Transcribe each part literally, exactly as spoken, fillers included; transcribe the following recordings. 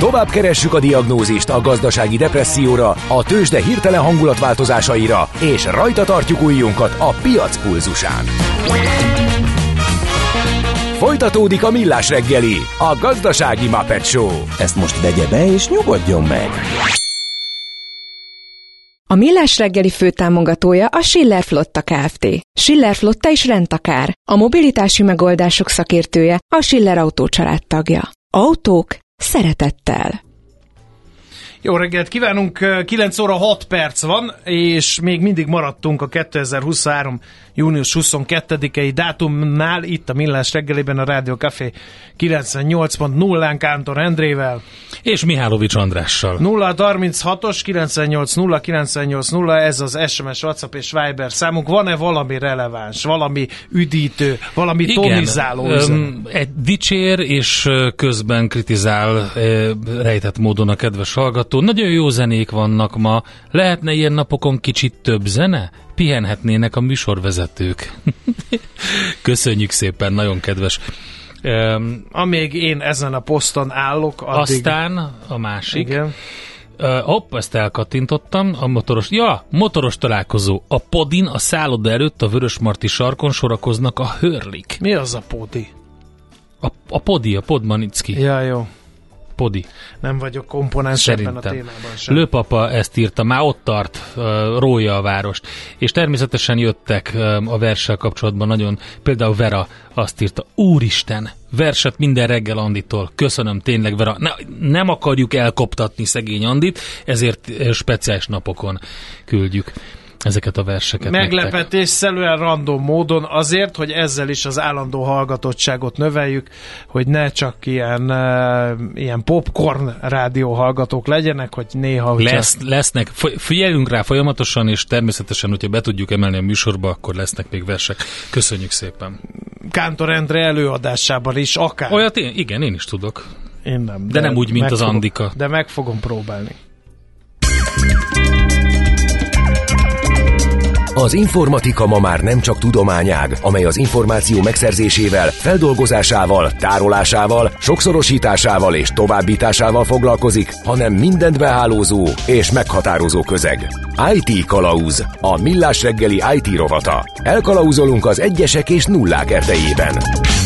Tovább keressük a diagnózist a gazdasági depresszióra, a tőzsde hirtelen hangulatváltozásaira, és rajta tartjuk ujjunkat a piac pulzusán. Folytatódik a Millás reggeli, a gazdasági Muppet Show. Ezt most vegye be és nyugodjon meg! A Millás reggeli főtámogatója a Schiller Flotta Kft. Schiller Flotta is rendtakár. A mobilitási megoldások szakértője, a Schiller Autó család tagja. Autók szeretettel. Jó reggelt kívánunk, kilenc óra hat perc van, és még mindig maradtunk a kétezer-huszonhárom. június huszonkettedikei dátumnál, itt a Millás reggeliben a Rádió Café kilencvennyolc pont nullán Kántor Endrével. És Mihálovics Andrással. nulla harminchatos kilencvennyolc nulla kilencvennyolc nulla, ez az es em es, WhatsApp és Viber számunk. Van-e valami releváns, valami üdítő, valami Igen, tonizáló üzenet? Egy dicsér és közben kritizál rejtett módon a kedves hallgató. Nagyon jó zenék vannak ma. Lehetne ilyen napokon kicsit több zene? Pihenhetnének a műsorvezetők. Köszönjük szépen, nagyon kedves. Um, Amíg én ezen a poszton állok, addig... Aztán a másik. Igen. Uh, hopp, ezt elkattintottam. A motoros, ja, motoros találkozó. A Podin, a szálloda előtt a Vörösmarty sarkon sorakoznak a hörlik. Mi az a Podi? A, a Podi, a Podmanicki. Ja, jó. Podi. Nem vagyok komponens ebben a témában sem. Lőpapa ezt írta, már ott tart, uh, rója a várost. És természetesen jöttek uh, a verssel kapcsolatban nagyon, például Vera azt írta, úristen, verset minden reggel Anditól. Köszönöm tényleg, Vera. Ne, nem akarjuk elkoptatni szegény Andit, ezért uh, speciális napokon küldjük ezeket a verseket. Meglepetésszerűen random módon azért, hogy ezzel is az állandó hallgatottságot növeljük, hogy ne csak ilyen, uh, ilyen popcorn rádió hallgatók legyenek, hogy néha... Lesz, lesznek, figyeljünk rá folyamatosan, és természetesen, hogyha be tudjuk emelni a műsorba, akkor lesznek még versek. Köszönjük szépen. Kántor Endre előadásában is akár. Olyat én, igen, én is tudok. Én nem. De, de nem úgy, mint az fogom, Andika. De meg fogom próbálni. Az informatika ma már nem csak tudományág, amely az információ megszerzésével, feldolgozásával, tárolásával, sokszorosításával és továbbításával foglalkozik, hanem mindent behálózó és meghatározó közeg. í té Kalauz, a Millás reggeli í té rovata. Elkalauzolunk az egyesek és nullák erdejében.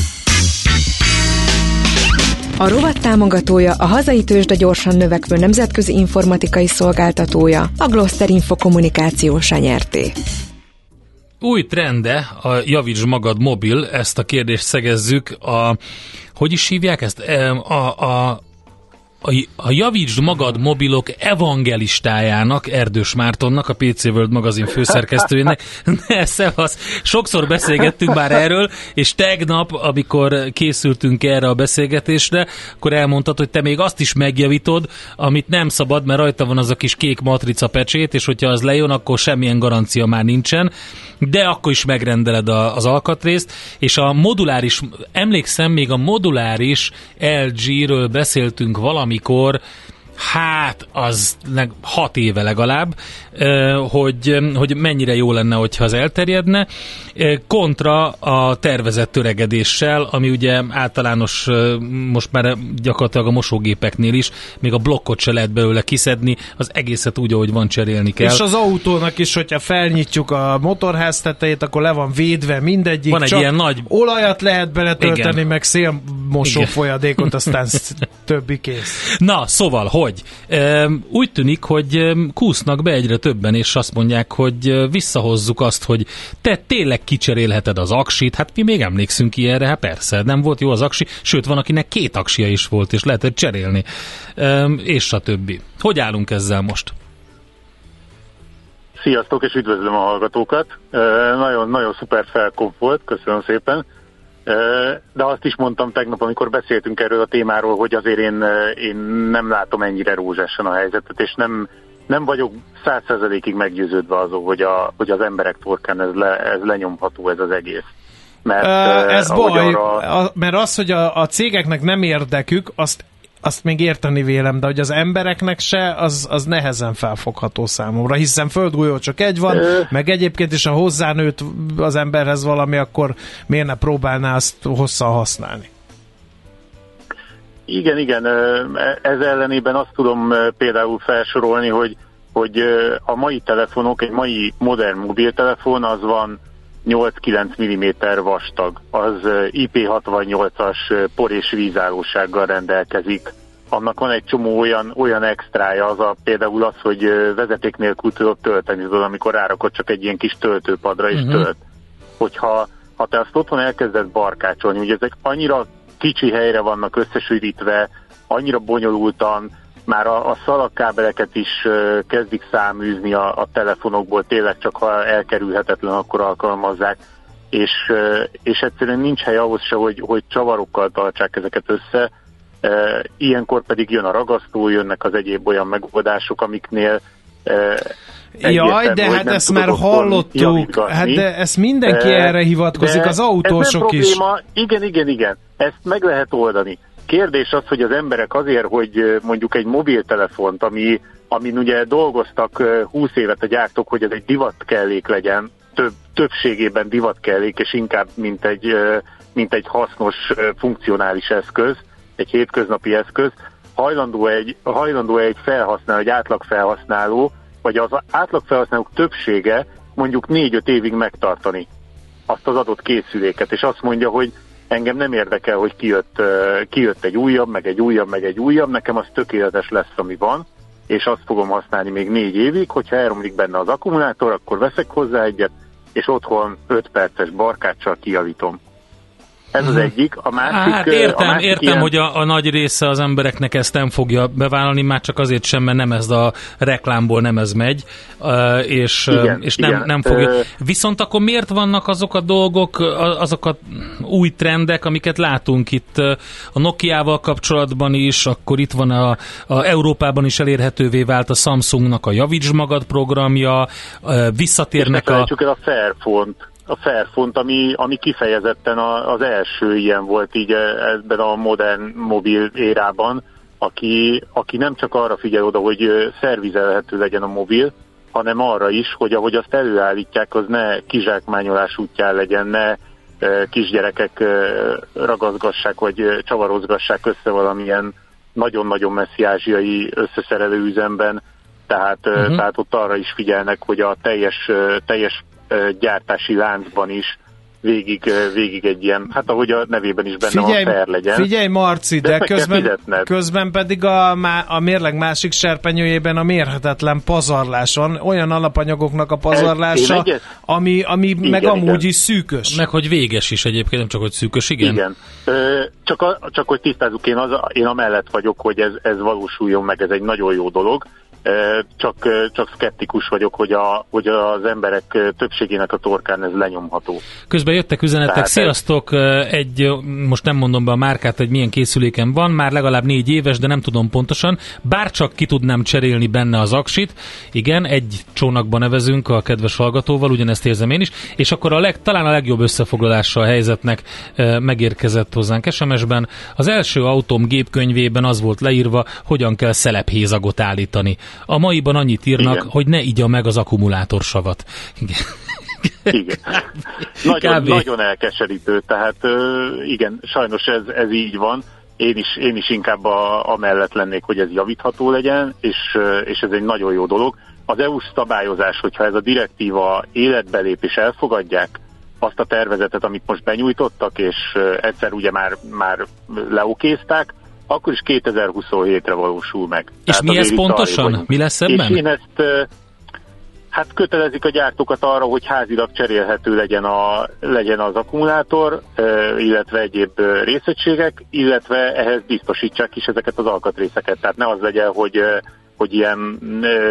A rovat támogatója a hazai tőzsde gyorsan növekvő nemzetközi informatikai szolgáltatója, a Gloster Info Kommunikációs nyerté. Új trende a Javítsd magad mobil, ezt a kérdést szegezzük. A, hogy is hívják ezt? A, a, a, a Javítsd magad mobilok evangelistájának, Erdős Mártonnak, a pé cé World magazin főszerkesztőjének. Ne, szevasz! Sokszor beszélgettünk már erről, és tegnap, amikor készültünk erre a beszélgetésre, akkor elmondtad, hogy te még azt is megjavítod, amit nem szabad, mert rajta van az a kis kék matrica pecsét, és hogyha az lejön, akkor semmilyen garancia már nincsen, de akkor is megrendeled a, az alkatrészt, és a moduláris, emlékszem, még a moduláris el gé-ről beszéltünk valamikor, hát az hat éve legalább, hogy, hogy mennyire jó lenne, hogyha az elterjedne, kontra a tervezett töregedéssel, ami ugye általános, most már gyakorlatilag a mosógépeknél is, még a blokkot se lehet belőle kiszedni, az egészet úgy, ahogy van, cserélni kell. És az autónak is, hogyha felnyitjuk a motorház tetejét, akkor le van védve mindegyik, van egy csak ilyen nagy... olajat lehet beletölteni, igen, meg szélmosó igen, folyadékot, aztán többi kész. Na, szóval, hogy? Úgy tűnik, hogy kúsznak be egyre többen, és azt mondják, hogy visszahozzuk azt, hogy te tényleg kicserélheted az aksit, hát mi még emlékszünk ilyenre, hát persze, nem volt jó az aksi, sőt, van, akinek két aksia is volt, és lehetett cserélni, és a többi. Hogy állunk ezzel most? Sziasztok, és üdvözlöm a hallgatókat. Nagyon, nagyon szuper felkop volt, köszönöm szépen. De azt is mondtam tegnap, amikor beszéltünk erről a témáról, hogy azért én, én nem látom ennyire rózsásan a helyzetet, és nem, nem vagyok száz százalékig meggyőződve azon, hogy, a, hogy az emberek torkán ez, le, ez lenyomható ez az egész. Mert, uh, ez baj, arra... mert az, hogy a, a cégeknek nem érdekük, azt azt még érteni vélem, de hogy az embereknek se, az, az nehezen felfogható számomra, hiszen földgolyó csak egy van, Ö... meg egyébként is, ha hozzánőtt az emberhez valami, akkor miért ne próbálná azt hosszan használni? Igen, igen, ez ellenében azt tudom például felsorolni, hogy, hogy a mai telefonok, egy mai modern mobiltelefon az van nyolc-kilenc milliméter vastag, az I P hatvannyolcas por- és vízállósággal rendelkezik. Annak van egy csomó olyan, olyan extrája, az a, például az, hogy vezeték nélkül tudod tölteni, tudod, amikor rárakod csak egy ilyen kis töltőpadra és uh-huh. tölt. Hogyha ha te azt otthon elkezded barkácsolni, ugye ezek annyira kicsi helyre vannak összesűrítve, annyira bonyolultan, már a, a szalagkábeleket is uh, kezdik száműzni a, a telefonokból, tényleg csak ha elkerülhetetlen, akkor alkalmazzák, és, uh, és egyszerűen nincs hely ahhoz se, hogy, hogy csavarokkal tartsák ezeket össze. Uh, ilyenkor pedig jön a ragasztó, jönnek az egyéb olyan megoldások, amiknél uh, Jaj, de hát ezt már hallottuk, hát de ezt mindenki uh, erre hivatkozik, az autósok is. Igen, igen, igen, ezt meg lehet oldani. Kérdés az, hogy az emberek azért, hogy mondjuk egy mobiltelefont, ami, amin ugye dolgoztak húsz évet a gyártók, hogy ez egy divatkellék legyen, több, többségében divatkellék, és inkább mint egy, mint egy hasznos, funkcionális eszköz, egy hétköznapi eszköz, hajlandó egy, hajlandó egy felhasználó, egy átlagfelhasználó, vagy az átlagfelhasználók többsége mondjuk négy-öt évig megtartani azt az adott készüléket, és azt mondja, hogy engem nem érdekel, hogy kijött, kijött egy újabb, meg egy újabb, meg egy újabb, nekem az tökéletes lesz, ami van, és azt fogom használni még négy évig, hogyha elromlik benne az akkumulátor, akkor veszek hozzá egyet, és otthon öt perces barkáccsal kijavítom. Ez az egyik. A másik, hát értem, a másik értem ilyen... hogy a, a nagy része az embereknek ezt nem fogja bevállalni, már csak azért sem, mert nem ez a reklámból nem ez megy, és, igen, és nem, igen. nem fogja. Viszont akkor miért vannak azok a dolgok, azok a új trendek, amiket látunk itt a Nokiával kapcsolatban is, akkor itt van a, a Európában is elérhetővé vált a Samsungnak a Javítsd Magad programja, visszatérnek és ne a... el a Fairphone-t. a Fairphone, ami, ami kifejezetten a, az első ilyen volt így ebben a modern mobil érában, aki, aki nem csak arra figyel oda, hogy szervizelhető legyen a mobil, hanem arra is, hogy ahogy azt előállítják, az ne kizsákmányolás útján legyen, ne kisgyerekek ragaszgassák, vagy csavarozgassák össze valamilyen nagyon-nagyon messzi ázsiai összeszerelő üzemben, tehát, uh-huh. tehát ott arra is figyelnek, hogy a teljes, teljes gyártási láncban is végig, végig egy ilyen, hát ahogy a nevében is benne figyelj, van, fair legyen. Figyelj Marci, de, de közben, közben pedig a, a mérleg másik serpenyőjében a mérhetetlen pazarlás van, olyan alapanyagoknak a pazarlása, egyet... ami, ami igen, meg amúgy igen. is szűkös. Meg hogy véges is egyébként, nem csak hogy szűkös, igen. Igen. Ö, csak, a, csak hogy tisztázzuk, én, az, én amellett vagyok, hogy ez, ez valósuljon meg, ez egy nagyon jó dolog. Csak, csak szkeptikus vagyok, hogy, a, hogy az emberek többségének a torkán ez lenyomható. Közben jöttek üzenetek, tehát sziasztok, egy, most nem mondom be a márkát, hogy milyen készüléken van, már legalább négy éves, de nem tudom pontosan, bárcsak ki tudnám cserélni benne az aksit, igen, egy csónakban nevezünk a kedves hallgatóval, ugyanezt érzem én is, és akkor a leg, talán a legjobb összefoglalása a helyzetnek megérkezett hozzánk es em es-ben. Az első autóm gépkönyvében az volt leírva, hogyan kell szelephézagot állítani. A maiban annyit írnak, igen. hogy ne igya meg az akkumulátorsavat. Igen. Igen. Nagyon, nagyon elkeserítő, tehát igen, sajnos ez, ez így van. Én is, én is inkább a, amellett lennék, hogy ez javítható legyen, és, és ez egy nagyon jó dolog. Az é u-s szabályozás, hogyha ez a direktíva életbe lép és elfogadják azt a tervezetet, amit most benyújtottak, és egyszer ugye már, már leokézták, akkor is kétezer-huszonhétre valósul meg. És tehát mi ez pontosan? Mi lesz ebben? És én ezt, hát kötelezik a gyártókat arra, hogy házilag cserélhető legyen, a, legyen az akkumulátor, illetve egyéb részegységek, illetve ehhez biztosítsák is ezeket az alkatrészeket. Tehát ne az legyen, hogy, hogy ilyen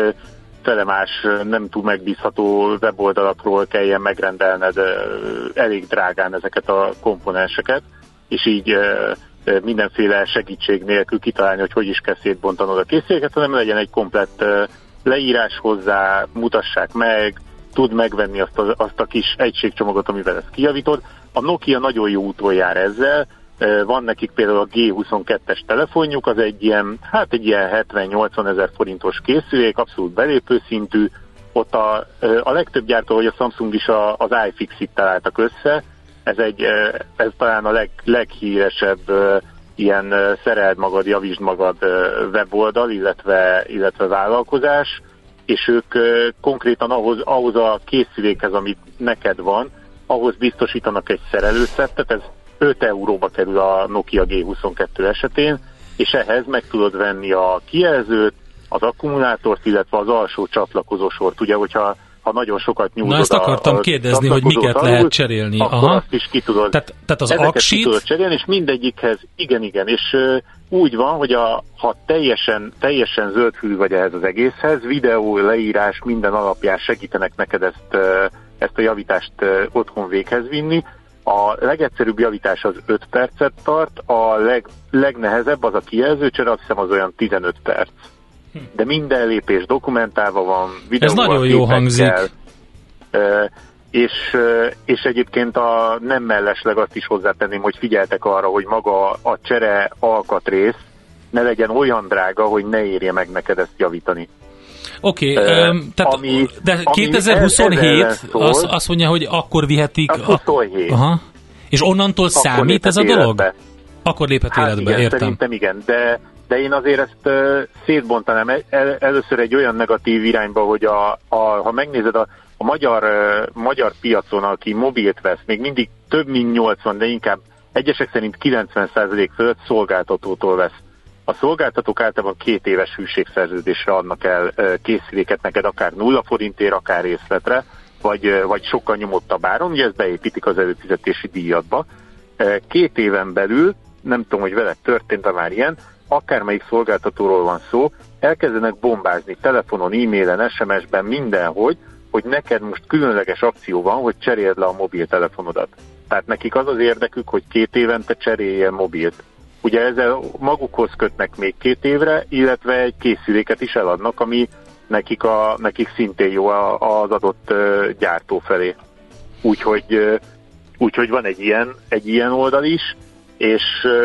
felemás, nem túl megbízható weboldalakról kelljen megrendelned elég drágán ezeket a komponenseket, és így mindenféle segítség nélkül kitalálni, hogy hogy is kell szétbontanod a készüléket, hanem legyen egy komplett leírás hozzá, mutassák meg, tud megvenni azt a, azt a kis egységcsomagot, amivel ezt kijavítod. A Nokia nagyon jó úton jár ezzel, van nekik például a gé huszonkettes telefonjuk, az egy ilyen, hát egy ilyen hetven-nyolcvan ezer forintos készülék, abszolút belépőszintű. Ott a, a legtöbb gyártó, hogy a Samsung is a, az iFixit találtak össze, ez, egy, ez talán a leg, leghíresebb ilyen szereld magad, javítsd magad weboldal, illetve, illetve vállalkozás, és ők konkrétan ahhoz, ahhoz a készülékhez, amit neked van, ahhoz biztosítanak egy szerelőszettet, ez öt euróba kerül a Nokia G huszonkettő esetén, és ehhez meg tudod venni a kijelzőt, az akkumulátort, illetve az alsó csatlakozósort. Ugye, hogyha ha nagyon sokat nyújtod. Na ezt akartam a, a kérdezni, hogy miket alul, lehet cserélni. Akkor Aha. azt is ki tudod. Tehát, tehát az ezeket aksit... ki tudod cserélni, és mindegyikhez, igen, igen, és uh, úgy van, hogy a, ha teljesen, teljesen zöldfülű vagy ehhez az egészhez, videó, leírás, minden alapján segítenek neked ezt, uh, ezt a javítást uh, otthon véghez vinni. A legegyszerűbb javítás az öt percet tart, a leg, legnehezebb az a kijelzőcsere, azt hiszem az olyan tizenöt perc. De minden lépés dokumentálva van, videóval, ez nagyon jó hangzik. És, és egyébként a nem mellesleg azt is hozzátenném, hogy figyeltek arra, hogy maga a csere alkatrész ne legyen olyan drága, hogy ne érje meg neked ezt javítani. Oké, okay, uh, tehát ami, de kétezer-huszonhét az, azt mondja, hogy akkor vihetik... Az huszonhét. Aha. És onnantól akkor számít ez a dolog? Életbe. Akkor léphet hát életbe, igen, értem. Szerintem igen, de, de én azért ezt uh, szétbontanám el, először egy olyan negatív irányba, hogy a, a, ha megnézed a, a magyar, uh, magyar piacon, aki mobilt vesz, még mindig több mint nyolcvan, de inkább egyesek szerint kilencven százalék fölött szolgáltatótól vesz. A szolgáltatók általában két éves hűségszerződésre adnak el uh, készüléket neked, akár nulla forintért, akár részletre, vagy, uh, vagy sokkal nyomottabb áron, ugye ezt beépítik az előfizetési díjatba. Uh, két éven belül, nem tudom, hogy veled történt-e már ilyen, akármelyik szolgáltatóról van szó, elkezdenek bombázni telefonon, e-mailen, es em es-ben, mindenhogy, hogy neked most különleges akció van, hogy cseréld le a mobiltelefonodat. Tehát nekik az az érdekük, hogy két évente cseréljen mobilt. Ugye ezzel magukhoz kötnek még két évre, illetve egy készüléket is eladnak, ami nekik, a, nekik szintén jó az adott gyártó felé. Úgyhogy, úgyhogy van egy ilyen, egy ilyen oldal is, és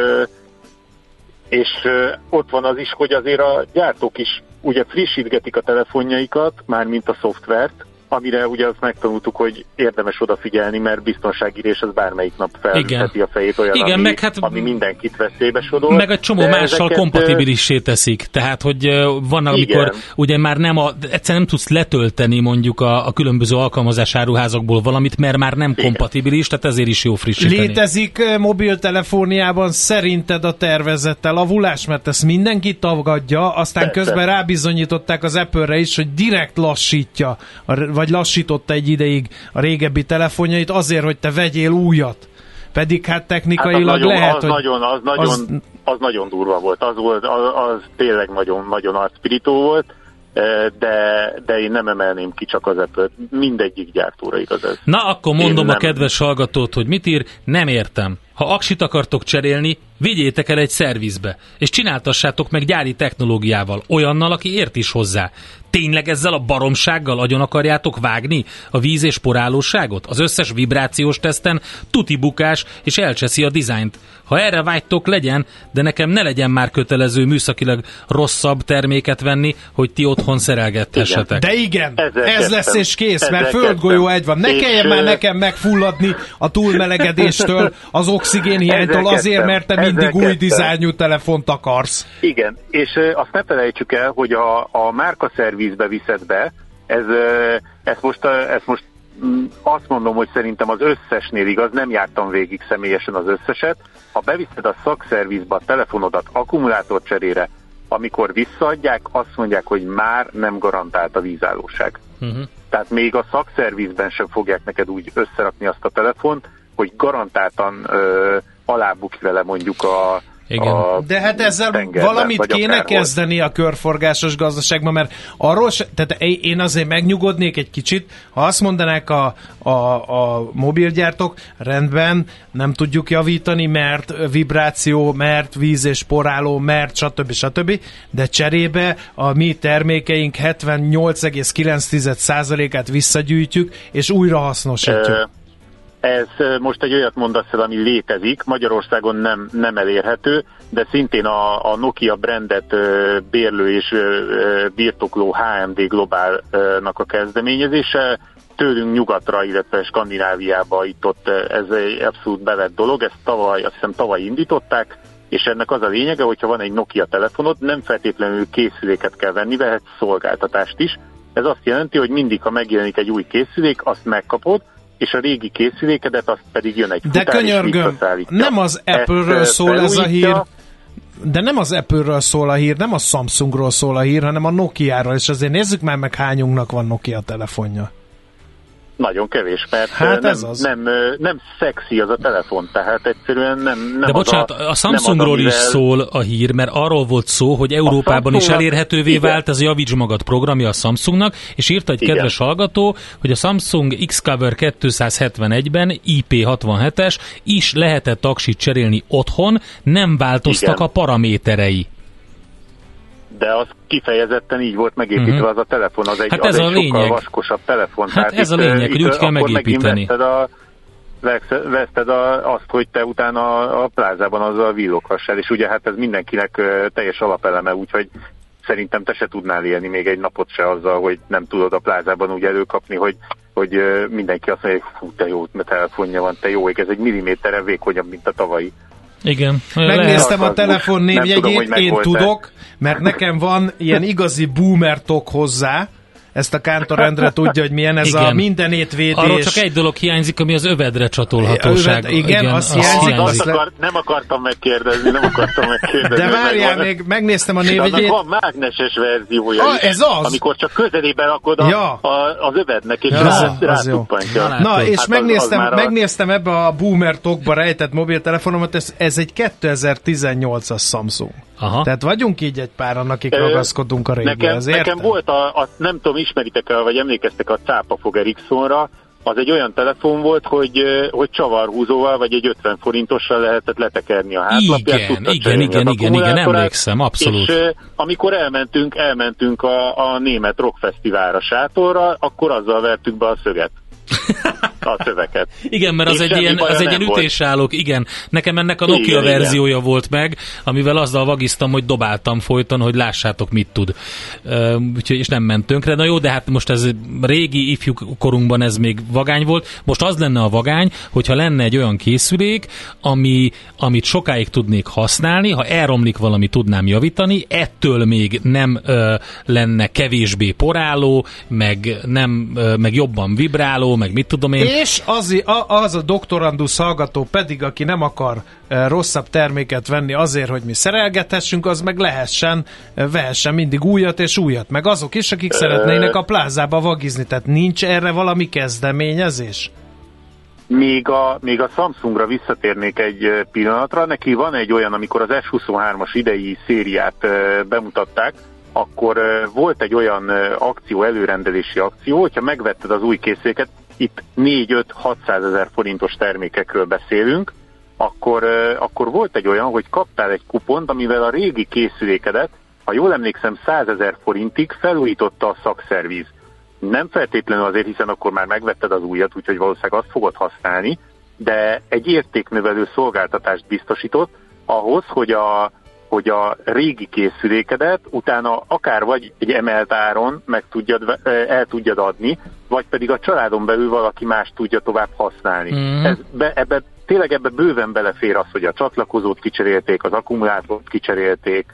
és ott van az is, hogy azért a gyártók is ugye frissítgetik a telefonjaikat, mármint a szoftvert, amire ugye azt megtanultuk, hogy érdemes odafigyelni, mert biztonságírés az bármelyik nap felviheti a fejét olyan, igen, ami, meg hát, ami mindenkit veszélybe sodor. Meg egy csomó mással ezeket kompatibilissé teszik. Tehát, hogy vannak, amikor igen. ugye már nem a, egyszerűen nem tudsz letölteni mondjuk a, a különböző alkalmazásáruházakból valamit, mert már nem igen. kompatibilis, tehát ezért is jó frissíteni. Létezik mobiltelefóniában szerinted a tervezett elavulás, mert ezt mindenki tagadja, aztán persze. közben rábizonyították az Apple-re is, hogy direkt lassítja a vagy lassította egy ideig a régebbi telefonjait azért, hogy te vegyél újat. Pedig hát technikailag hát az lehet, nagyon, hogy... Nagyon, az, nagyon, az... az nagyon durva volt. Az, volt, az, az tényleg nagyon, nagyon arcpirító volt, de, de én nem emelném ki csak az Apple-t. Mindegyik gyártóra igaz ez. Na, akkor mondom én a kedves nem... hallgatót, hogy mit ír, nem értem. Ha aksit akartok cserélni, vigyétek el egy szervizbe, és csináltassátok meg gyári technológiával, olyannal, aki ért is hozzá. Tényleg ezzel a baromsággal agyon akarjátok vágni a víz- és porálóságot? Az összes vibrációs teszten tuti bukás, és elcseszi a dizájnt. Ha erre vágytok, legyen, de nekem ne legyen már kötelező műszakilag rosszabb terméket venni, hogy ti otthon szerelgethessetek. De igen, Ezzel ez kezdtem. lesz és kész, Ezzel mert földgolyó egy van. Ne és kelljen már nekem megfulladni a túlmelegedéstől, az oxigénhiánytól azért, mert te mindig Ezzel új kezdtem. dizájnú telefont akarsz. Igen, és azt ne felejtsük el, hogy a, a márkaszervizbe viszed be, ez, ezt most, ezt most azt mondom, hogy szerintem az összesnél igaz, nem jártam végig személyesen az összeset. Ha beviszed a szakszervizbe a telefonodat akkumulátorcserére, amikor visszaadják, azt mondják, hogy már nem garantált a vízállóság. Uh-huh. Tehát még a szakszervizben sem fogják neked úgy összerakni azt a telefont, hogy garantáltan ö, alábbuk vele mondjuk a igen. De hát ezzel valamit kéne kezdeni a körforgásos gazdaságban, mert arról se, tehát én azért megnyugodnék egy kicsit, ha azt mondanák a, a, a mobilgyártók, rendben, nem tudjuk javítani, mert vibráció, mert víz és poráló, mert stb. stb. De cserébe a mi termékeink hetvennyolc egész kilenc százalékát visszagyűjtjük, és újra hasznosítjuk. Ö- Ez most egy olyat mondasz el, ami létezik, Magyarországon nem, nem elérhető, de szintén a, a Nokia brandet bérlő és birtokló há em dé Globálnak a kezdeményezése, tőlünk nyugatra, illetve Skandináviába itt ott ez egy abszolút bevett dolog, ezt tavaly, azt hiszem tavaly indították, és ennek az a lényege, hogyha van egy Nokia telefonod, nem feltétlenül készüléket kell venni, vehetsz szolgáltatást is. Ez azt jelenti, hogy mindig, ha megjelenik egy új készülék, azt megkapod, és a régi készülékedet azt pedig jön egy futár, de könyörgöm, nem az Apple-ről szól ez a hír, de nem az Apple-ről szól a hír, nem a Samsungról szól a hír, hanem a Nokia-ról, és azért nézzük már meg, hányunknak van Nokia telefonja. Nagyon kevés, mert hát nem, az. Nem, nem szexi az a telefon, tehát egyszerűen nem, nem de bocsánat, az a, a Samsungról is szól a hír, mert arról volt szó, hogy Európában is elérhetővé igen. vált ez a Javíts magad programja a Samsungnak, és írta egy igen. kedves hallgató, hogy a Samsung Xcover kétszázhetvenegyben I P hatvanhetes is lehetett aksit cserélni otthon, nem változtak igen. a paraméterei. De az kifejezetten így volt megépítve uh-huh. az a telefon, az egy, hát az ez egy a sokkal vaskosabb telefon. Hát tehát ez itt, a lényeg, hogy úgy kell megépíteni. Veszted a, azt, hogy te utána a, a plázában azzal villoghassál, és ugye hát ez mindenkinek uh, teljes alapeleme, úgyhogy szerintem te se tudnál élni még egy napot se azzal, hogy nem tudod a plázában úgy előkapni, hogy, hogy uh, mindenki azt mondja, hogy fú, te jó, mert telefonja van, te jó, ez egy milliméterre vékonyabb, mint a tavalyi. Igen. Megnéztem lehet. A telefon névjegyét, én tudok, mert nekem van ilyen igazi boomer tok hozzá, ezt a Kántor Endre tudja, hogy milyen ez igen. a mindenét védés. Arról csak egy dolog hiányzik, ami az övedre csatolhatóság. Övet, igen, igen, az hiányzik. Azt akar, nem akartam megkérdezni, nem akartam megkérdezni. De várjál, meg még megnéztem a névjegyét. Van mágneses verziója ah, is, ez az. amikor csak közelében rakod a, ja. a, az övednek, és ja, rátuppantja. Na, Na és hát megnéztem, az, az megnéztem a... ebbe a boomer tokba rejtett mobiltelefonomat, ez, ez egy kétezer-tizennyolcas Samsung. Aha. Tehát vagyunk így egy páran, akik ragaszkodunk a régihez. Nekem, nekem volt a, a, nem tudom, ismeritek-e, vagy emlékeztek a Cápafog Ericssonra, az egy olyan telefon volt, hogy, hogy csavarhúzóval, vagy egy ötven forintossal lehetett letekerni a hátlapját. Igen, igen, igen, igen, igen, emlékszem, abszolút. És amikor elmentünk, elmentünk a, a német rockfesztiválra sátorra, akkor azzal vertük be a szöget. A szöveket. Igen, mert az egy ilyen, az egy ilyen ütésállók, igen. Nekem ennek a Nokia igen, verziója igen. volt meg, amivel azzal vagiztam, hogy dobáltam folyton, hogy lássátok, mit tud. Uh, úgyhogy, és nem ment tönkre. Na jó, de hát most ez régi ifjú korunkban ez még vagány volt. Most az lenne a vagány, hogyha lenne egy olyan készülék, ami, amit sokáig tudnék használni, ha elromlik valami, tudnám javítani, ettől még nem uh, lenne kevésbé poráló, meg, nem, uh, meg jobban vibráló, meg mit tudom én. És az a, az a doktorandusz hallgató pedig, aki nem akar e, rosszabb terméket venni azért, hogy mi szerelgethessünk, az meg lehessen, e, vehessen mindig újat és újat. Meg azok is, akik Ö... szeretnének a plázába vagizni. Tehát nincs erre valami kezdeményezés? Még a, még a Samsungra visszatérnék egy pillanatra. Neki van egy olyan, amikor az S huszonhármas idei szériát e, bemutatták, akkor e, volt egy olyan e, akció, előrendelési akció, hogyha megvetted az új készüléket, itt négy-öt-hatszázezer forintos termékekről beszélünk, akkor, akkor volt egy olyan, hogy kaptál egy kupont, amivel a régi készülékedet, ha jól emlékszem, százezer forintig felújította a szakszerviz. Nem feltétlenül azért, hiszen akkor már megvetted az újat, úgyhogy valószínűleg azt fogod használni, de egy értéknövelő szolgáltatást biztosított ahhoz, hogy a hogy a régi készülékedet utána akár vagy egy emelt áron meg tudjad, el tudjad adni, vagy pedig a családon belül valaki más tudja tovább használni. Mm. Ez be, ebbe, tényleg ebbe bőven belefér az, hogy a csatlakozót kicserélték, az akkumulátort kicserélték,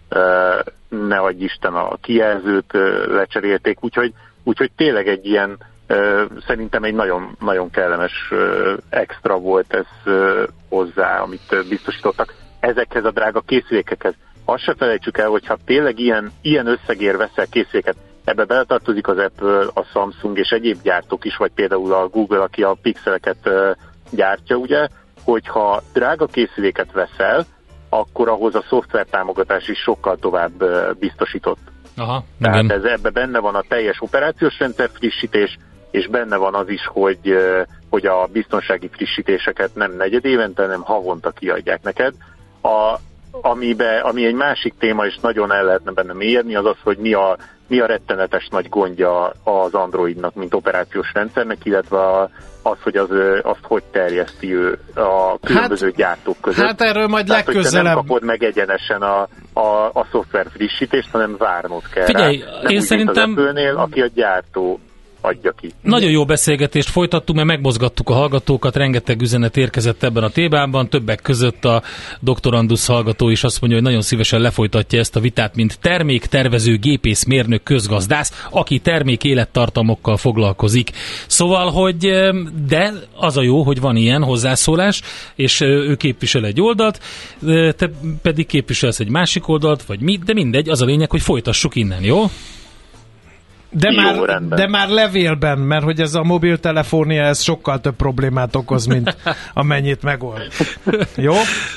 ne adj Isten, a kijelzőt lecserélték, úgyhogy, úgyhogy tényleg egy ilyen, szerintem egy nagyon, nagyon kellemes extra volt ez hozzá, amit biztosítottak ezekhez a drága készülékekhez. Azt se felejtsük el, hogyha tényleg ilyen, ilyen összegér veszel készüléket, ebbe beletartozik az Apple, a Samsung és egyéb gyártók is, vagy például a Google, aki a pixeleket uh, gyártja, ugye, hogyha drága készüléket veszel, akkor ahhoz a szoftver támogatás is sokkal tovább uh, biztosított. Aha, Tehát igen. ez, ebbe benne van a teljes operációs rendszer frissítés, és benne van az is, hogy, uh, hogy a biztonsági frissítéseket nem negyed évente, hanem havonta kiadják neked. A, amibe, ami egy másik téma, és nagyon el lehetne benne mélyedni, az az, hogy mi a, mi a rettenetes nagy gondja az Androidnak, mint operációs rendszernek, illetve a, az, hogy az, azt hogy terjeszti ő a különböző hát, gyártók között. Hát erről majd Tehát, legközelebb. Nem kapod meg egyenesen a, a, a szoftver frissítést, hanem várnod kell Figyelj, rá. Nem én úgy, szerintem... mint az Apple-nél, aki a gyártó. adja ki. Nagyon jó beszélgetést folytattuk, mert megmozgattuk a hallgatókat, rengeteg üzenet érkezett ebben a témában, többek között a doktorandusz hallgató is azt mondja, hogy nagyon szívesen lefolytatja ezt a vitát, mint terméktervező, gépészmérnök, közgazdász, aki termék élettartamokkal foglalkozik. Szóval, hogy de az a jó, hogy van ilyen hozzászólás, és ő képvisel egy oldalt, te pedig képviselsz egy másik oldalt, vagy mi, de mindegy, az a lényeg, hogy folytassuk innen, jó? De, Jó, már, de már levélben, mert hogy ez a mobiltelefónia, ez sokkal több problémát okoz, mint amennyit megold. Jó?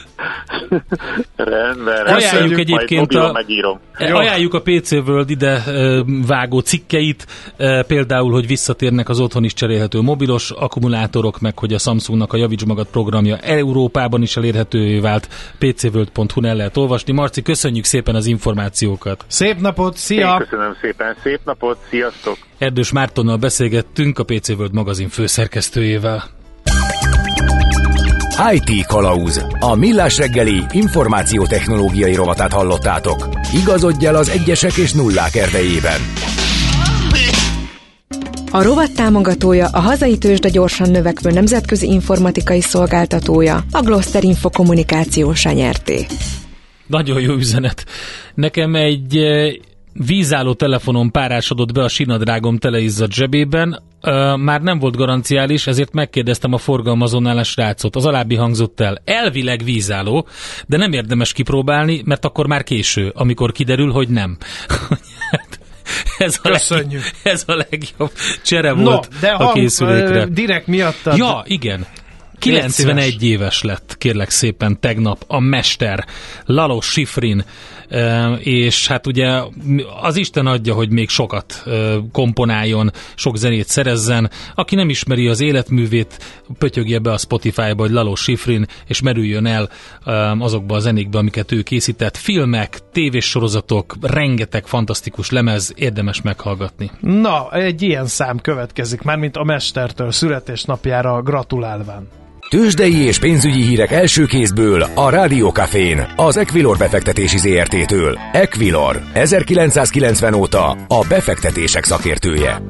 Rendben. Ajánljuk egyébként a, megírom. ajánljuk a pé cé World ide vágó cikkeit, például, hogy visszatérnek az otthon is cserélhető mobilos akkumulátorok, meg hogy a Samsungnak a Javíts Magad programja Európában is elérhetővé vált, pé cé world pont hu-n el lehet olvasni. Marci, köszönjük szépen az információkat. Szép napot, szia! Én köszönöm szépen, szép napot, sziasztok! Erdős Mártonnal beszélgettünk, a pé cé World magazin főszerkesztőjével. i té Kalauz. A Millás reggeli információtechnológiai rovatát hallottátok. Igazodj el az egyesek és nullák erdejében. A rovat támogatója, a hazai tőzsde gyorsan növekvő nemzetközi informatikai szolgáltatója, a Gloster Info Kommunikációs Nyerté. Nagyon jó üzenet. Nekem egy vízálló telefonon párásodott be a sinadrágom teleizzadt zsebében, uh, már nem volt garanciális, ezért megkérdeztem a forgalmazónál a srácot. Az alábbi hangzott el. Elvileg vízálló, de nem érdemes kipróbálni, mert akkor már késő, amikor kiderül, hogy nem. ez, a Köszönjük. Leg, ez a legjobb csere volt no, de a készülékre. Uh, direkt miattad. Ja, igen. kilencvenegy éves lett, kérlek szépen, tegnap a mester, Lalo Schifrin, és hát ugye az Isten adja, hogy még sokat komponáljon, sok zenét szerezzen. Aki nem ismeri az életművét, pötyögje be a Spotify-ba, hogy Lalo Schifrin, és merüljön el azokba a zenékbe, amiket ő készített. Filmek, tévéssorozatok, rengeteg fantasztikus lemez, érdemes meghallgatni. Na, egy ilyen szám következik, mármint a mestertől születésnapjára gratulálván. Tőzsdei és pénzügyi hírek első kézből a Rádió Cafén, az Equilor befektetési zé er té-től. Equilor, ezerkilencszázkilencven óta a befektetések szakértője.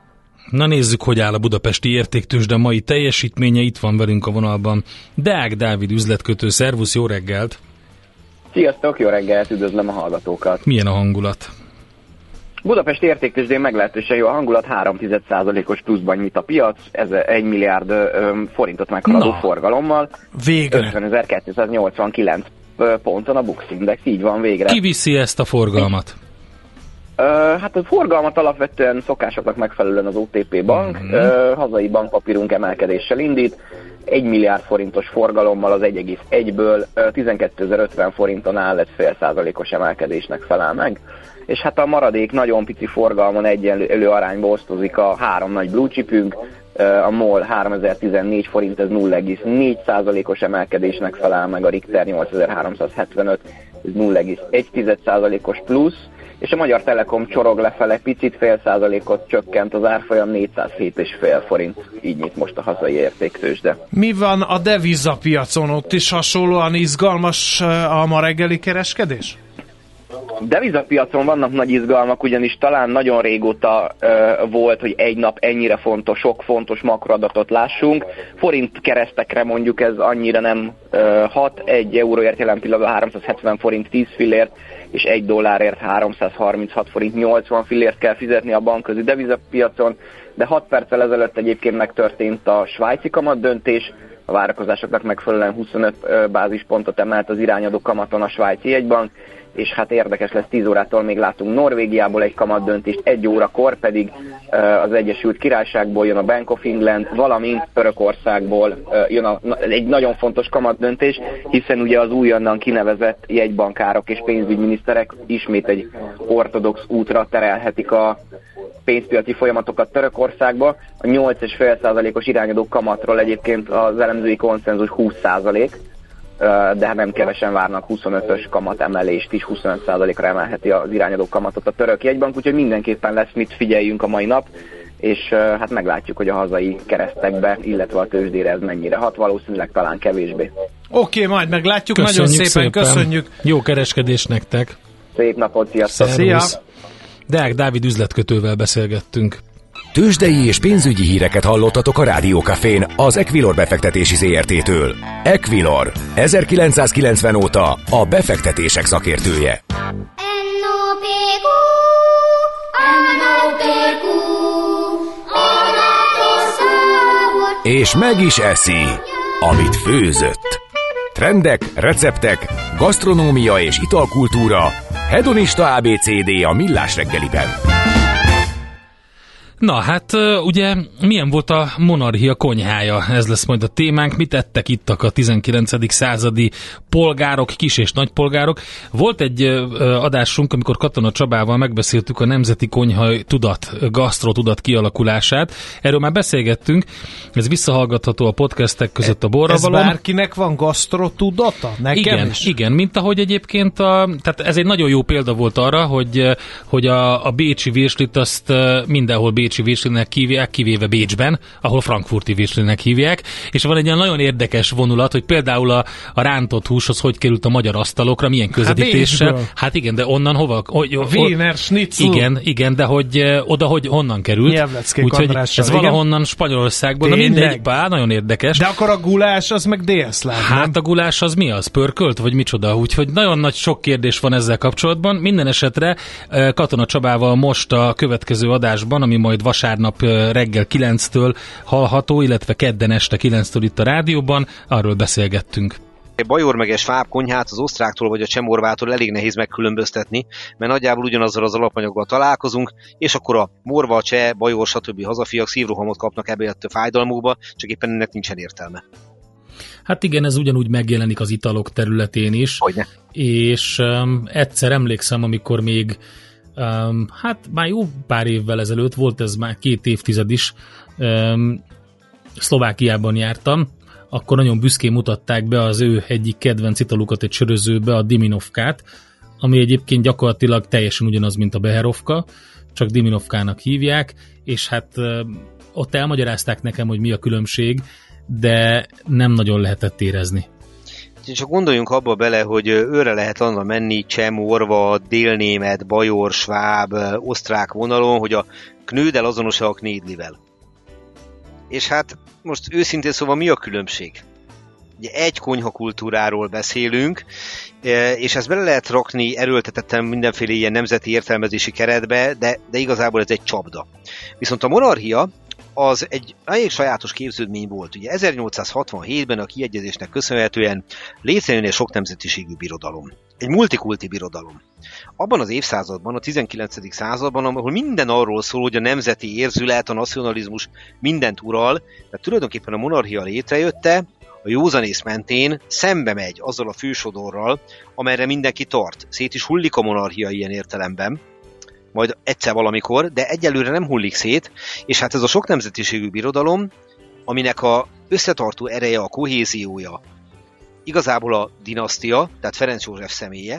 Na nézzük, hogy áll a budapesti értéktőzsde mai teljesítménye. Itt van velünk a vonalban Deák Dávid üzletkötő. Szervusz, jó reggelt! Sziasztok, jó reggelt, üdvözlöm a hallgatókat! Milyen a hangulat? Budapest értéktőzsdén meglehetősen jó a hangulat, három egész egy százalékos pluszban nyit a piac, ez egy milliárd öm, forintot meghaladó Na, forgalommal. Végre! ötvenezer-kétszáznyolcvankilenc ponton a Bux Index, így van végre. Ki viszi ezt a forgalmat? Ö, hát a forgalmat alapvetően szokásoknak megfelelően az o té pé Bank, mm-hmm. Ö, hazai bankpapírunk emelkedéssel indít, egy milliárd forintos forgalommal az egy egész egyből tizenkétezer-ötven forinton áll, ez fél százalékos emelkedésnek felel meg. És hát a maradék nagyon pici forgalmon egyenlő arányba osztozik a három nagy blue chipünk, a MOL háromezer-tizennégy forint, ez nulla egész négy százalékos emelkedésnek felel meg, a Richter nyolcezer-háromszázhetvenöt, ez nulla egész egy százalékos plusz, és a Magyar Telekom csorog lefele, picit fél százalékot csökkent az árfolyam, négyszázhét egész öt forint, így nyit most a hazai értéktőzsde. Mi van a devizapiacon? Ott is hasonlóan izgalmas a ma reggeli kereskedés? Devizapiacon vannak nagy izgalmak, ugyanis talán nagyon régóta uh, volt, hogy egy nap ennyire fontos, sok fontos makroadatot lássunk. Forint keresztekre mondjuk ez annyira nem uh, hat, egy euróért jelen pillanatban háromszázhetven forint tíz fillért, és egy dollárért háromszázharminchat forint nyolcvan fillért kell fizetni a bankközi devizapiacon, de hat perccel ezelőtt egyébként megtörtént a svájci kamat döntés, a várakozásoknak megfelelően huszonöt bázispontot emelt az irányadó kamaton a svájci jegybank, és hát érdekes lesz, tíz órától még látunk Norvégiából egy kamatdöntést, egy órakor pedig az Egyesült Királyságból jön a Bank of England, valamint Törökországból jön a, egy nagyon fontos kamatdöntés, hiszen ugye az újonnan kinevezett jegybankárok és pénzügyminiszterek ismét egy ortodox útra terelhetik a pénzpiaci folyamatokat Törökországba. A nyolc egész öt százalékos irányadó kamatról egyébként az elemzői konszenzus húsz százalék, de hát nem kevesen várnak huszonötös kamat emelést is, huszonöt százalékra emelheti az irányadó kamatot a török jegybank, úgyhogy mindenképpen lesz mit figyeljünk a mai nap, és hát meglátjuk, hogy a hazai keresztekbe, illetve a tőzsdére ez mennyire hat, valószínűleg talán kevésbé. Oké, okay, majd meglátjuk, köszönjük nagyon szépen, szépen köszönjük. Jó kereskedés nektek. Szép napot, sziasztok. Szia. Deák Dávid üzletkötővel beszélgettünk. Tőzsdei és pénzügyi híreket hallottatok a Rádiókafén az Equilor befektetési zé er té-től. Equilor, ezerkilencszázkilencven óta a befektetések szakértője. És meg is eszi, amit főzött. Trendek, receptek, gasztronómia és italkultúra, hedonista á bé cé dé a Millás reggeliben. Na hát ugye milyen volt a monarchia konyhája? Ez lesz majd a témánk. Mit ettek ittak a tizenkilencedik századi polgárok, kis és nagy polgárok? Volt egy adásunk, amikor Katona Csabával megbeszéltük a nemzeti konyha tudat, gasztrotudat kialakulását. Erről már beszélgettünk. Ez visszahallgatható a podcastek között a borravalon. Ez bárkinek van gasztrotudata? Nekem igen, is? Igen, mint ahogy egyébként a, tehát ez egy nagyon jó példa volt arra, hogy, hogy a, a bécsi virslit azt mindenhol bécsi virslinek hívják, kivéve Bécsben, ahol frankfurti virslinek hívják, és van egy ilyen nagyon érdekes vonulat, hogy például a, a rántott hús az hogy került a magyar asztalokra, milyen közvetítéssel. Hát, hát igen, de onnan hova? Hogy, a Wiener Schnitzel. Igen, igen, de hogy oda, hogy honnan került. Úgyhogy ez valahonnan Spanyolországból. Na mindegy, bár, nagyon érdekes. De akkor a gulás az meg délszláv, Hát nem? a gulás az mi az? Pörkölt, vagy micsoda? Úgyhogy nagyon nagy sok kérdés van ezzel kapcsolatban. Minden esetre Katona Csabával most a következő adásban, ami majd vasárnap reggel kilenctől hallható, illetve kedden este kilenctől itt a rádióban, arról beszélgettünk. Bajor meg sváb konyhát az osztráktól vagy a csehmorvától elég nehéz megkülönböztetni, mert nagyjából ugyanazzal az alapanyaggal találkozunk, és akkor a morva, cseh, bajor, stb. Hazafiak szívrohamot kapnak ebből a fájdalmukba, csak éppen ennek nincsen értelme. Hát igen, ez ugyanúgy megjelenik az italok területén is. Hogyne. És um, egyszer emlékszem, amikor még Um, hát már jó pár évvel ezelőtt, volt ez már két évtized is, um, Szlovákiában jártam, akkor nagyon büszkén mutatták be az ő egyik kedvenc italukat egy sörözőbe, a Diminovkát, ami egyébként gyakorlatilag teljesen ugyanaz, mint a Beherovka, csak Diminovkának hívják, és hát um, ott elmagyarázták nekem, hogy mi a különbség, de nem nagyon lehetett érezni. Csak gondoljunk abba bele, hogy őre lehet annak menni cseh, morva, délnémet, bajor, sváb, osztrák vonalon, hogy a knődel azonos a knédlivel. És hát most őszintén szóval mi a különbség? Ugye egy konyhakultúráról beszélünk, és ezt bele lehet rakni erőltetettem mindenféle ilyen nemzeti értelmezési keretbe, de, de igazából ez egy csapda. Viszont a monarchia az egy elég sajátos képződmény volt. Ugye ezernyolcszázhatvanhétben a kiegyezésnek köszönhetően létrejön egy sok nemzetiségű birodalom. Egy multikulti birodalom. Abban az évszázadban, a tizenkilencedik században, ahol minden arról szól, hogy a nemzeti érzület, a nacionalizmus mindent ural, tehát tulajdonképpen a monarchia létrejötte, a józanész mentén szembe megy azzal a fősodorral, amelyre mindenki tart. Szét is hullik a monarchia ilyen értelemben, majd egyszer valamikor, de egyelőre nem hullik szét, és hát ez a sok nemzetiségű birodalom, aminek a összetartó ereje, a kohéziója, igazából a dinasztia, tehát Ferenc József személye,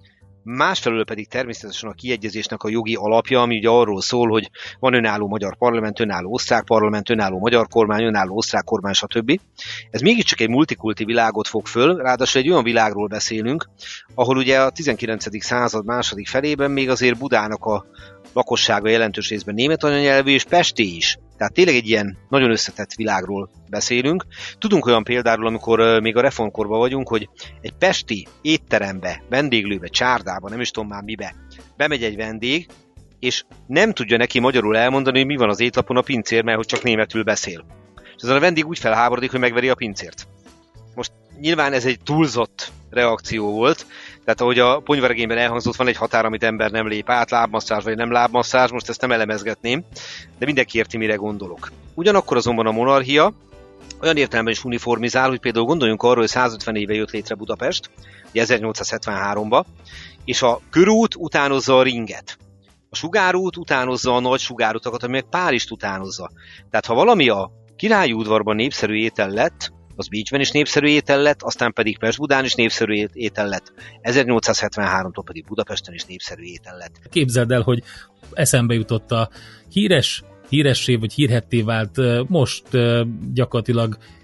másfelől pedig természetesen a kiegyezésnek a jogi alapja, ami ugye arról szól, hogy van önálló magyar parlament, önálló osztrák parlament, önálló magyar kormány, önálló osztrák kormány, stb. Ez mégiscsak egy multikulti világot fog föl, ráadásul egy olyan világról beszélünk, ahol ugye a tizenkilencedik század második felében még azért Budának a lakossága jelentős részben német anyanyelvű, és Pesti is. Tehát tényleg egy ilyen nagyon összetett világról beszélünk. Tudunk olyan példáról, amikor még a reformkorban vagyunk, hogy egy pesti étterembe, vendéglőbe, csárdába, nem is tudom már mibe, bemegy egy vendég, és nem tudja neki magyarul elmondani, hogy mi van az étlapon a pincér, mert hogy csak németül beszél. És ezen a vendég úgy felháborodik, hogy megveri a pincért. Most nyilván ez egy túlzott reakció volt, tehát ahogy a ponyvaregényben elhangzott, van egy határ, amit ember nem lép át, lábmasszázs vagy nem lábmasszázs, most ezt nem elemezgetném, de mindenki érti, mire gondolok. Ugyanakkor azonban a monarchia olyan értelemben is uniformizál, hogy például gondoljunk arról, hogy százötven éve jött létre Budapest, ezernyolcszázhetvenháromba, és a körút utánozza a ringet. A sugárút utánozza a nagy sugárutakat, ami meg Párizst utánozza. Tehát ha valami a királyi udvarban népszerű étel lett, az Bécsben is népszerű étel lett, aztán pedig Pest-Budán is népszerű étel lett, ezernyolcszázhetvenháromtól pedig Budapesten is népszerű étel lett. Képzeld el, hogy eszembe jutott a híres, híressé vagy hírhetté vált most gyakorlatilag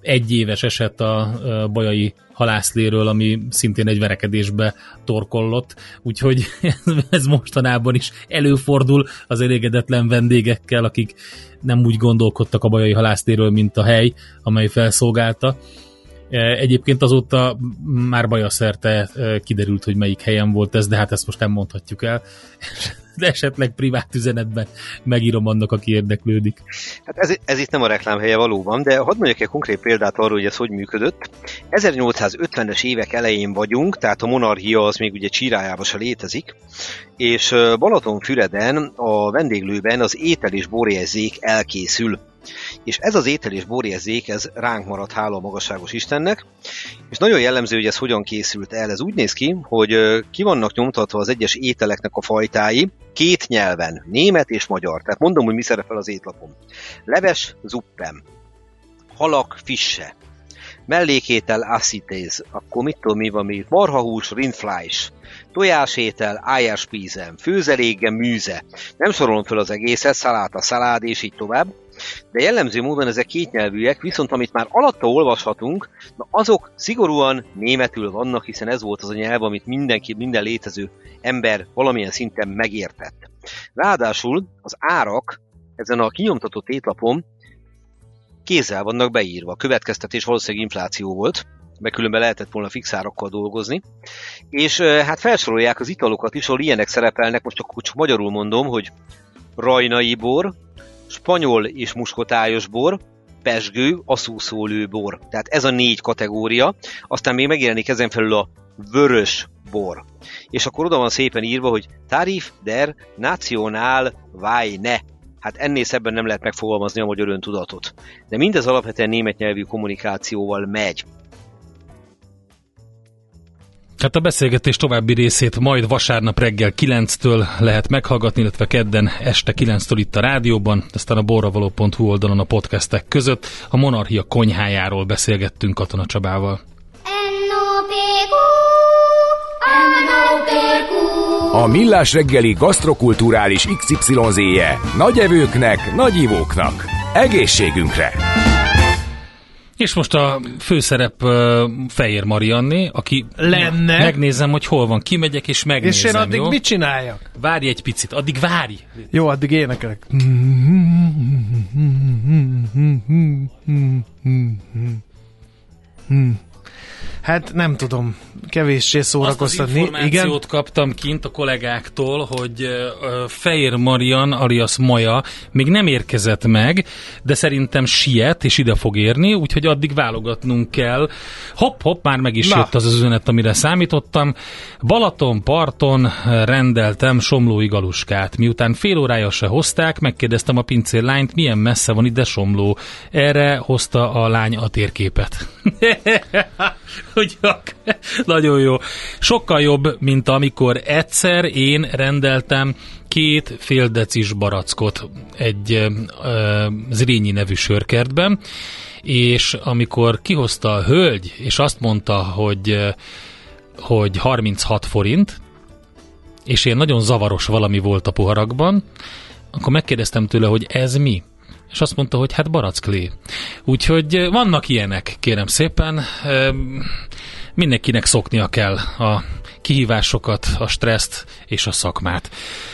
egyéves eset a bajai halászléről, ami szintén egy verekedésbe torkollott, úgyhogy ez mostanában is előfordul az elégedetlen vendégekkel, akik nem úgy gondolkodtak a bajai halászléről, mint a hely, amely felszolgálta. Egyébként azóta már bajaszerte kiderült, hogy melyik helyen volt ez, de hát ezt most nem mondhatjuk el. De esetleg privát üzenetben megírom annak, aki érdeklődik. Hát ez, ez itt nem a reklámhelye valóban, de hadd mondjak egy konkrét példát arról, hogy ez hogy működött. ezernyolcszázötvenes évek elején vagyunk, tehát a monarchia az még ugye Csirájában se létezik, és Balatonfüreden a vendéglőben az étel és borjegyzék elkészül. És ez az étel és borjegyzék, ez ránk maradt, hála a magasságos Istennek, és nagyon jellemző, hogy ez hogyan készült el. Ez úgy néz ki, hogy ki vannak nyomtatva az egyes ételeknek a fajtái két nyelven, német és magyar. Tehát mondom, hogy mi szerepel az étlapon. Leves, zuppem, halak, fisse, mellékétel, assitéz, akkor mit tudom mi van még, marhahús, rindfleisch, tojásétel, eierspízen, főzelékgen, műze. Nem sorolom fel az egészet, szaláta, szalád és így tovább. De jellemző módon ezek kétnyelvűek, viszont amit már alatta olvashatunk, na azok szigorúan németül vannak, hiszen ez volt az a nyelv, amit mindenki, minden létező ember valamilyen szinten megértett. Ráadásul az árak ezen a kinyomtatott étlapon kézzel vannak beírva. A következtetés valószínűleg infláció volt, meg különben lehetett volna fix árakkal dolgozni, és hát felsorolják az italokat is, ahol ilyenek szerepelnek, most csak, csak magyarul mondom, hogy rajnai bor, spanyol és muskotályos bor, pezsgő, asszúszólő bor. Tehát ez a négy kategória. Aztán még megjelenik ezen felül a vörös bor. És akkor oda van szépen írva, hogy Tarif der National Weine. Hát ennél szebben nem lehet megfogalmazni a magyar öntudatot. De mindez alapvetően német nyelvű kommunikációval megy. Hát a beszélgetés további részét majd vasárnap reggel kilenctől lehet meghallgatni, illetve kedden este kilenctől itt a rádióban, aztán a borravaló pont hu oldalon a podcastek között. A Monarchia konyhájáról beszélgettünk Katona Csabával. A Millás reggeli gasztrokulturális iksz ipszilon zé-je nagy evőknek, nagy ivóknak. Egészségünkre! És most a főszerep uh, Fejér Marianné, aki lenne. Megnézem, hogy hol van, kimegyek és megnézem. És én addig jó? Mit csináljak? Várj egy picit, addig várj! Jó, addig énekelek. Hát nem tudom, kevéssé szórakoztatni. Azt az információt Igen? kaptam kint a kollégáktól, hogy uh, Fejér Marian alias Maja még nem érkezett meg, de szerintem siet, és ide fog érni, úgyhogy addig válogatnunk kell. Hopp, hopp, már meg is Na. jött az az üzenet, amire számítottam. Balaton parton rendeltem somlói galuskát. Miután fél órája se hozták, megkérdeztem a pincérlányt, milyen messze van ide Somló. Erre hozta a lány a térképet. Ugyak. Nagyon jó. Sokkal jobb, mint amikor egyszer én rendeltem két fél decis barackot egy uh, Zrínyi nevű sörkertben, és amikor kihozta a hölgy, és azt mondta, hogy, uh, hogy harminchat forint, és én nagyon zavaros valami volt a poharakban, akkor megkérdeztem tőle, hogy ez mi? És azt mondta, hogy hát baracklé. Úgyhogy vannak ilyenek, kérem szépen. Mindenkinek szoknia kell a kihívásokat, a stresszt és a szakmát.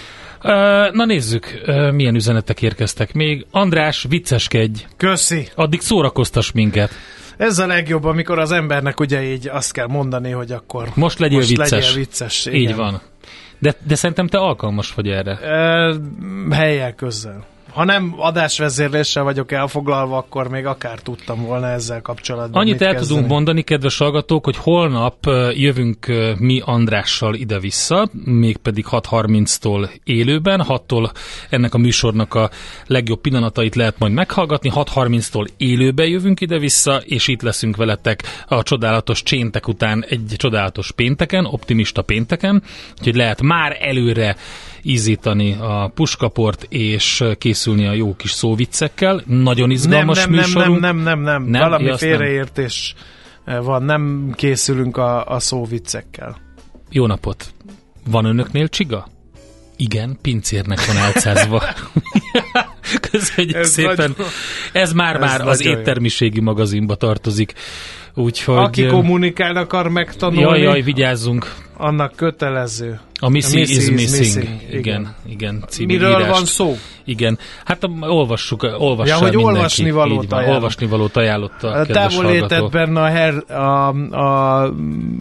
Na nézzük, milyen üzenetek érkeztek még. András, vicceskedj! Köszi! Addig szórakoztass minket. Ez a legjobb, amikor az embernek ugye így azt kell mondani, hogy akkor most legyél most vicces. Legyél vicces. Igen. Így van. De, de szerintem te alkalmas vagy erre. E, helyjel közzel. Ha nem adásvezérléssel vagyok elfoglalva, akkor még akár tudtam volna ezzel kapcsolatban. Annyit el kezdeni. tudunk mondani, kedves hallgatók, hogy holnap jövünk mi Andrással ide-vissza, mégpedig hat harminctól élőben, hattól ennek a műsornak a legjobb pillanatait lehet majd meghallgatni, hat harminctól élőben jövünk ide-vissza, és itt leszünk veletek a csodálatos cséntek után egy csodálatos pénteken, optimista pénteken, úgyhogy lehet már előre ízítani a puskaport, és készülni a jó kis szóviccekkel. Nagyon izgalmas nem, nem, műsorunk. Nem, nem, nem, nem, nem. Valami ja, félreértés nem. van. Nem készülünk a, a szóviccekkel. Jó napot! Van önöknél csiga? Igen, pincérnek van álcázva. Köszönjük Ez szépen. nagyon, ez már-már ez az nagyon éttermiségi magazinba tartozik. Úgyhogy, aki kommunikálni akar megtanulni, jaj, jaj, vigyázzunk. Annak kötelező. A Missy, a Missy is Missing. missing. Igen, igen, igen Miről írást. van szó? Igen. Hát olvassuk, olvassa ja, hogy mindenki. olvasni valót ajánlott. Olvasni valót ajánlott a, a kedves távolétetben a, her, a, a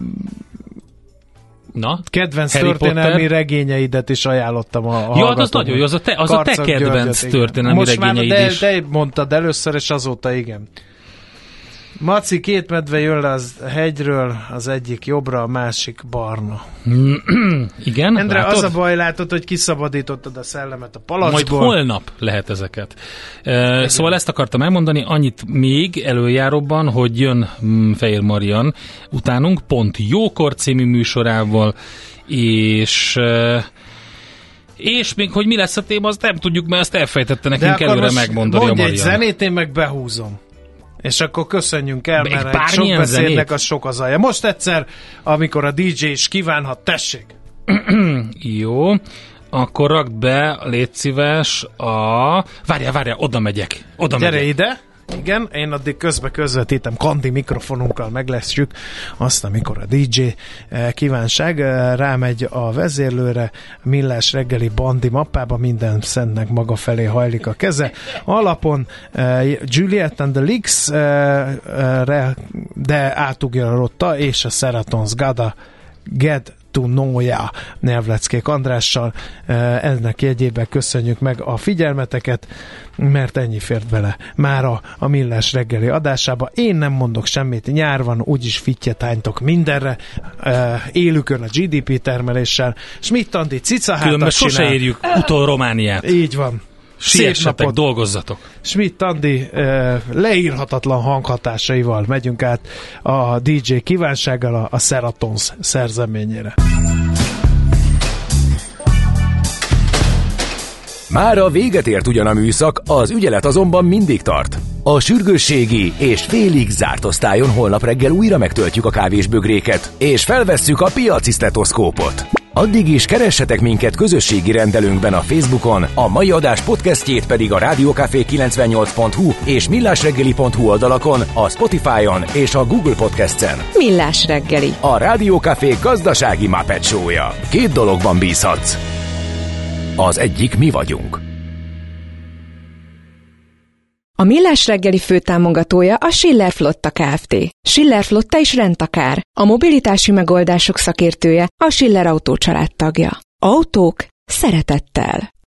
Na? kedvenc Harry történelmi Potter? regényeidet is ajánlottam a, a ja, az nagyon jó, az a te, az a te kedvenc Györgyöt, történelmi most regényeid már, de, is. de mondtad először, és azóta igen. Maci, két medve jön le az hegyről, az egyik jobbra, a másik barna. Igen, Endre, látod? az a baj, látod, hogy kiszabadítottad a szellemet a palackból. Majd holnap lehet ezeket. Uh, szóval ezt akartam elmondani, annyit még előjáróban, hogy jön mm, Fehér Marian utánunk, pont Jókor című műsorával, és... Uh, és még, hogy mi lesz a téma, azt nem tudjuk, mert ezt elfejtette nekünk előre megmondani a Marian. Mondj egy zenét, én meg behúzom. És akkor köszönjünk el, Egy mert egy sok beszédnek zenét? az sok az alja. Most egyszer, amikor a dé dzsé is kívánhat, tessék! Jó, akkor rakd be, légy szíves, a... Várjál, várjál, oda megyek. Oda Gyere megyek. ide! Igen, én addig közbe közvetítem, Kandi mikrofonunkkal meglesztjük azt, amikor a dé dzsé kívánság rámegy a vezérlőre, Millás reggeli bandi mappába, minden szentnek maga felé hajlik a keze. Alapon Juliet and the Leaks, de átugja a Rotta és a Seratons Gada Get to know-ja Nyelvleckék Andrással. Ennek jegyében köszönjük meg a figyelmeteket, mert ennyi fért bele mára a Millás reggeli adásába. Én nem mondok semmit, nyár van, úgyis fittyet hánytok mindenre, élükön a gé dé pé termeléssel. Schmidt Andi cicahátat Különben csinál. sose érjük utol Romániát. Így van. Siessetek, dolgozzatok. Schmidt Andi eh, leírhatatlan hanghatásaival megyünk át a dé dzsé kívánsággal a, a Seratons szerzeményére. Mára véget ért ugyan a műszak, az ügyelet azonban mindig tart. A sürgősségi és félig zárt osztályon holnap reggel újra megtöltjük a kávésbögréket, és felvesszük a piaci sztetoszkópot. Addig is keressetek minket közösségi rendelőnkben a Facebookon, a mai adás podcastjét pedig a rádiókafé kilencvennyolc pont hu és millásreggeli pont hu oldalakon, a Spotify-on és a Google Podcast-en. Millás reggeli. A Rádiókafé gazdasági Muppet show-ja. Két dologban bízhatsz. Az egyik mi vagyunk. A Millás reggeli főtámogatója a Schiller Flotta Kft. Schiller Flotta is rendtakár. A mobilitási megoldások szakértője, a Schiller Autó család tagja. Autók szeretettel.